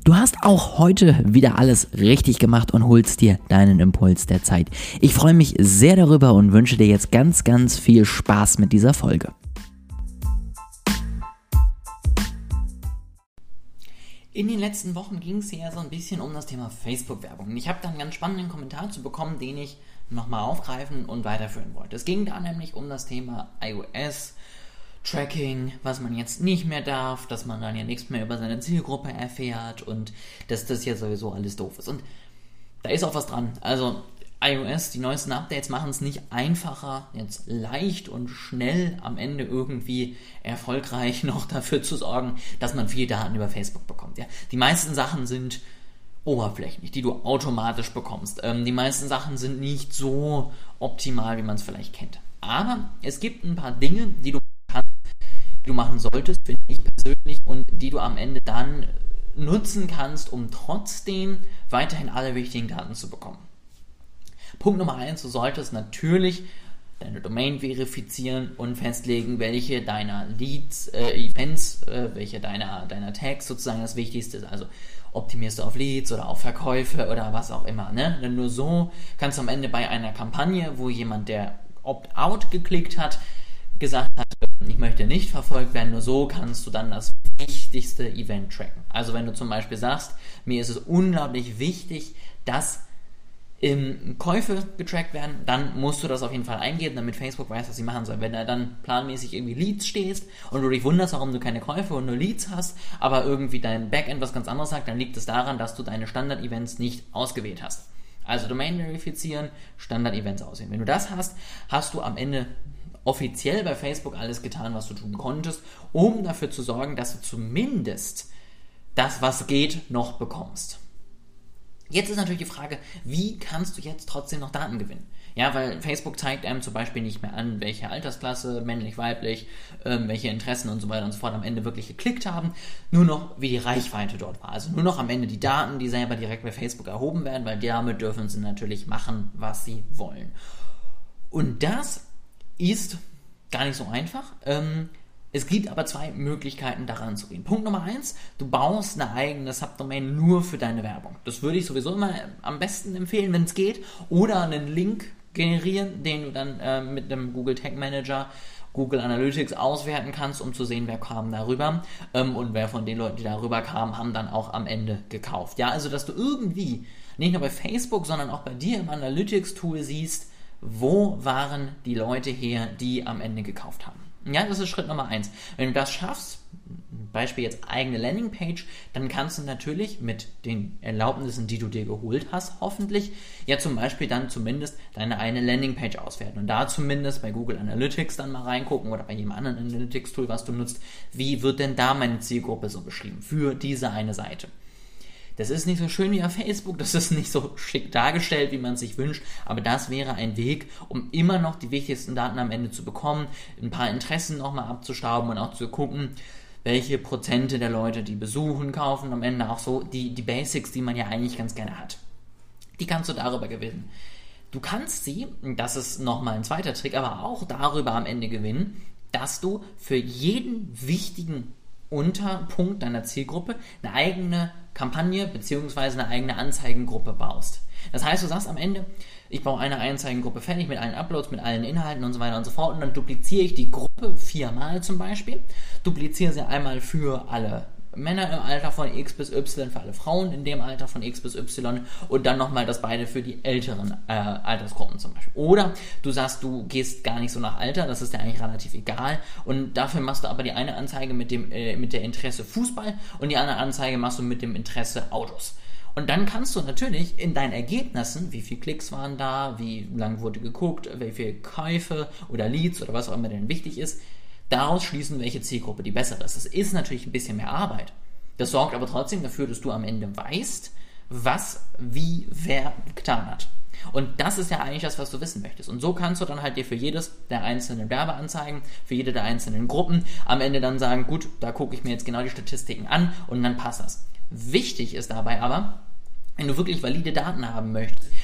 Du hast auch heute wieder alles richtig gemacht und holst dir deinen Impuls der Zeit. Ich freue mich sehr darüber und wünsche dir jetzt ganz, ganz viel Spaß mit dieser Folge. In den letzten Wochen ging es ja so ein bisschen um das Thema Facebook-Werbung. Ich habe da einen ganz spannenden Kommentar zu bekommen, den ich nochmal aufgreifen und weiterführen wollte. Es ging da nämlich um das Thema iOS, Tracking, was man jetzt nicht mehr darf, dass man dann ja nichts mehr über seine Zielgruppe erfährt und dass das ja sowieso alles doof ist. Und da ist auch was dran. Also iOS, die neuesten Updates machen es nicht einfacher, jetzt leicht und schnell am Ende irgendwie erfolgreich noch dafür zu sorgen, dass man viele Daten über Facebook bekommt. Ja? Die meisten Sachen sind oberflächlich, die du automatisch bekommst. Die meisten Sachen sind nicht so optimal, wie man es vielleicht kennt. Aber es gibt ein paar Dinge, die du machen solltest, finde ich persönlich, und die du am Ende dann nutzen kannst, um trotzdem weiterhin alle wichtigen Daten zu bekommen. Punkt Nummer 1, du solltest natürlich deine Domain verifizieren und festlegen, welche deiner Leads, Events, welche deiner Tags sozusagen das Wichtigste ist. Also optimierst du auf Leads oder auf Verkäufe oder was auch immer. Ne? Denn nur so kannst du am Ende bei einer Kampagne, wo jemand, der Opt-out geklickt hat, gesagt hat, ich möchte nicht verfolgt werden, nur so kannst du dann das wichtigste Event tracken. Also wenn du zum Beispiel sagst, mir ist es unglaublich wichtig, dass Käufe getrackt werden, dann musst du das auf jeden Fall eingeben, damit Facebook weiß, was sie machen soll. Wenn da dann planmäßig irgendwie Leads stehst und du dich wunderst, warum du keine Käufe und nur Leads hast, aber irgendwie dein Backend was ganz anderes sagt, dann liegt es daran, dass du deine Standard-Events nicht ausgewählt hast. Also Domain verifizieren, Standard-Events auswählen. Wenn du das hast, hast du am Ende offiziell bei Facebook alles getan, was du tun konntest, um dafür zu sorgen, dass du zumindest das, was geht, noch bekommst. Jetzt ist natürlich die Frage, wie kannst du jetzt trotzdem noch Daten gewinnen? Ja, weil Facebook zeigt einem zum Beispiel nicht mehr an, welche Altersklasse, männlich, weiblich, welche Interessen und so weiter und so fort am Ende wirklich geklickt haben, nur noch wie die Reichweite dort war. Also nur noch am Ende die Daten, die selber direkt bei Facebook erhoben werden, weil damit dürfen sie natürlich machen, was sie wollen. Und das ist gar nicht so einfach. Es gibt aber zwei Möglichkeiten, daran zu gehen. Punkt Nummer 1, du baust eine eigene Subdomain nur für deine Werbung. Das würde ich sowieso immer am besten empfehlen, wenn es geht. Oder einen Link generieren, den du dann mit einem Google Tag Manager, Google Analytics auswerten kannst, um zu sehen, wer kam darüber. Und wer von den Leuten, die darüber kamen, haben dann auch am Ende gekauft. Ja, also dass du irgendwie nicht nur bei Facebook, sondern auch bei dir im Analytics-Tool siehst, wo waren die Leute her, die am Ende gekauft haben. Ja, das ist Schritt Nummer 1. Wenn du das schaffst, Beispiel jetzt eigene Landingpage, dann kannst du natürlich mit den Erlaubnissen, die du dir geholt hast, hoffentlich, ja zum Beispiel dann zumindest deine eine Landingpage auswerten und da zumindest bei Google Analytics dann mal reingucken oder bei jedem anderen Analytics-Tool, was du nutzt, wie wird denn da meine Zielgruppe so beschrieben für diese eine Seite. Das ist nicht so schön wie auf Facebook, das ist nicht so schick dargestellt, wie man es sich wünscht, aber das wäre ein Weg, um immer noch die wichtigsten Daten am Ende zu bekommen, ein paar Interessen nochmal abzustauben und auch zu gucken, welche Prozente der Leute, die besuchen, kaufen, am Ende auch so die Basics, die man ja eigentlich ganz gerne hat. Die kannst du darüber gewinnen. Du kannst sie, das ist nochmal ein zweiter Trick, aber auch darüber am Ende gewinnen, dass du für jeden wichtigen Unterpunkt deiner Zielgruppe eine eigene Kampagne bzw. eine eigene Anzeigengruppe baust. Das heißt, du sagst am Ende, ich baue eine Anzeigengruppe fertig mit allen Uploads, mit allen Inhalten und so weiter und so fort und dann dupliziere ich die Gruppe 4-mal zum Beispiel, dupliziere sie einmal für alle Männer im Alter von X bis Y, für alle Frauen in dem Alter von X bis Y und dann nochmal das beide für die älteren Altersgruppen zum Beispiel. Oder du sagst, du gehst gar nicht so nach Alter, das ist dir eigentlich relativ egal und dafür machst du aber die eine Anzeige mit der Interesse Fußball und die andere Anzeige machst du mit dem Interesse Autos. Und dann kannst du natürlich in deinen Ergebnissen, wie viele Klicks waren da, wie lang wurde geguckt, wie viele Käufe oder Leads oder was auch immer denn wichtig ist, daraus schließen, welche Zielgruppe die bessere ist. Das ist natürlich ein bisschen mehr Arbeit. Das sorgt aber trotzdem dafür, dass du am Ende weißt, was, wie, wer getan hat. Und das ist ja eigentlich das, was du wissen möchtest. Und so kannst du dann halt dir für jedes der einzelnen Werbeanzeigen, für jede der einzelnen Gruppen am Ende dann sagen, gut, da gucke ich mir jetzt genau die Statistiken an und dann passt das. Wichtig ist dabei aber, wenn du wirklich valide Daten haben möchtest,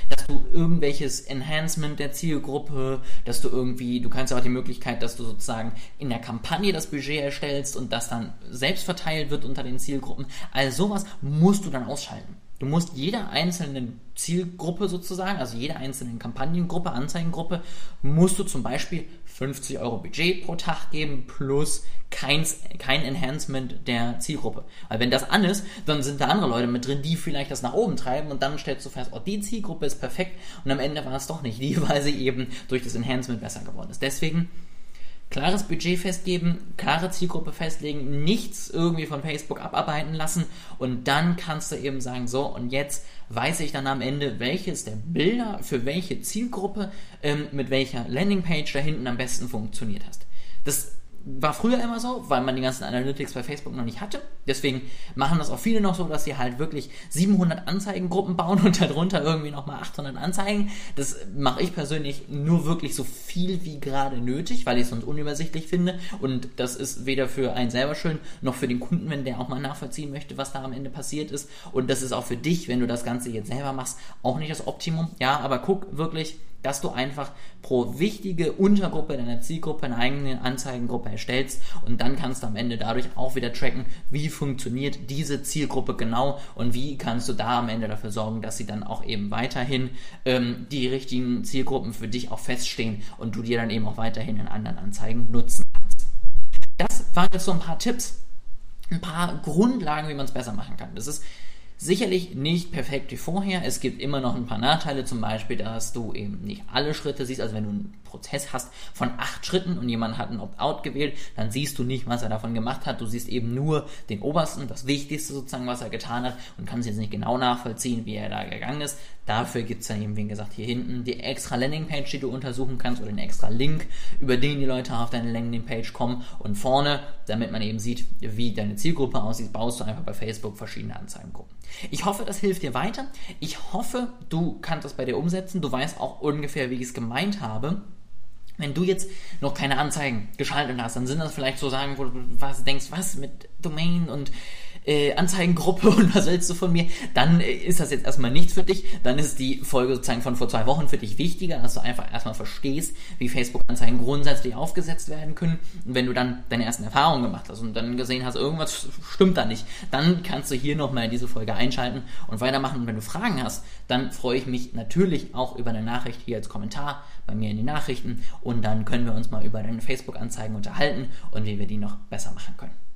dass du irgendwelches Enhancement der Zielgruppe, dass du kannst ja auch die Möglichkeit, dass du sozusagen in der Kampagne das Budget erstellst und das dann selbst verteilt wird unter den Zielgruppen. Also sowas musst du dann ausschalten. Du musst jeder einzelnen Zielgruppe sozusagen, also jeder einzelnen Kampagnengruppe, Anzeigengruppe, musst du zum Beispiel 50 Euro Budget pro Tag geben plus kein Enhancement der Zielgruppe. Weil wenn das an ist, dann sind da andere Leute mit drin, die vielleicht das nach oben treiben und dann stellst du fest, oh, die Zielgruppe ist perfekt und am Ende war es doch nicht die, weil sie eben durch das Enhancement besser geworden ist. Deswegen klares Budget festgeben, klare Zielgruppe festlegen, nichts irgendwie von Facebook abarbeiten lassen und dann kannst du eben sagen, so und jetzt weiß ich dann am Ende, welches der Bilder für welche Zielgruppe mit welcher Landingpage da hinten am besten funktioniert hast. Das war früher immer so, weil man die ganzen Analytics bei Facebook noch nicht hatte. Deswegen machen das auch viele noch so, dass sie halt wirklich 700 Anzeigengruppen bauen und darunter irgendwie nochmal 800 Anzeigen. Das mache ich persönlich nur wirklich so viel wie gerade nötig, weil ich es sonst unübersichtlich finde. Und das ist weder für einen selber schön, noch für den Kunden, wenn der auch mal nachvollziehen möchte, was da am Ende passiert ist. Und das ist auch für dich, wenn du das Ganze jetzt selber machst, auch nicht das Optimum. Ja, aber guck wirklich, dass du einfach pro wichtige Untergruppe deiner Zielgruppe eine eigene Anzeigengruppe erstellst und dann kannst du am Ende dadurch auch wieder tracken, wie funktioniert diese Zielgruppe genau und wie kannst du da am Ende dafür sorgen, dass sie dann auch eben weiterhin die richtigen Zielgruppen für dich auch feststehen und du dir dann eben auch weiterhin in anderen Anzeigen nutzen kannst. Das waren jetzt so ein paar Tipps, ein paar Grundlagen, wie man es besser machen kann. Das ist sicherlich nicht perfekt wie vorher. Es gibt immer noch ein paar Nachteile, zum Beispiel, dass du eben nicht alle Schritte siehst. Also wenn du einen Prozess hast von 8 Schritten und jemand hat ein Opt-out gewählt, dann siehst du nicht, was er davon gemacht hat. Du siehst eben nur den obersten, das Wichtigste sozusagen, was er getan hat und kannst jetzt nicht genau nachvollziehen, wie er da gegangen ist. Dafür gibt es dann eben, wie gesagt, hier hinten die extra Landingpage, die du untersuchen kannst oder den extra Link, über den die Leute auf deine Landingpage kommen und vorne, damit man eben sieht, wie deine Zielgruppe aussieht, baust du einfach bei Facebook verschiedene Anzeigengruppen. Ich hoffe, das hilft dir weiter. Ich hoffe, du kannst das bei dir umsetzen. Du weißt auch ungefähr, wie ich es gemeint habe. Wenn du jetzt noch keine Anzeigen geschaltet hast, dann sind das vielleicht so Sachen, wo du denkst, was mit Domain und Anzeigengruppe und was willst du von mir, dann ist das jetzt erstmal nichts für dich, dann ist die Folge sozusagen von vor 2 Wochen für dich wichtiger, dass du einfach erstmal verstehst, wie Facebook-Anzeigen grundsätzlich aufgesetzt werden können und wenn du dann deine ersten Erfahrungen gemacht hast und dann gesehen hast, irgendwas stimmt da nicht, dann kannst du hier nochmal diese Folge einschalten und weitermachen und wenn du Fragen hast, dann freue ich mich natürlich auch über eine Nachricht hier als Kommentar bei mir in die Nachrichten und dann können wir uns mal über deine Facebook-Anzeigen unterhalten und wie wir die noch besser machen können.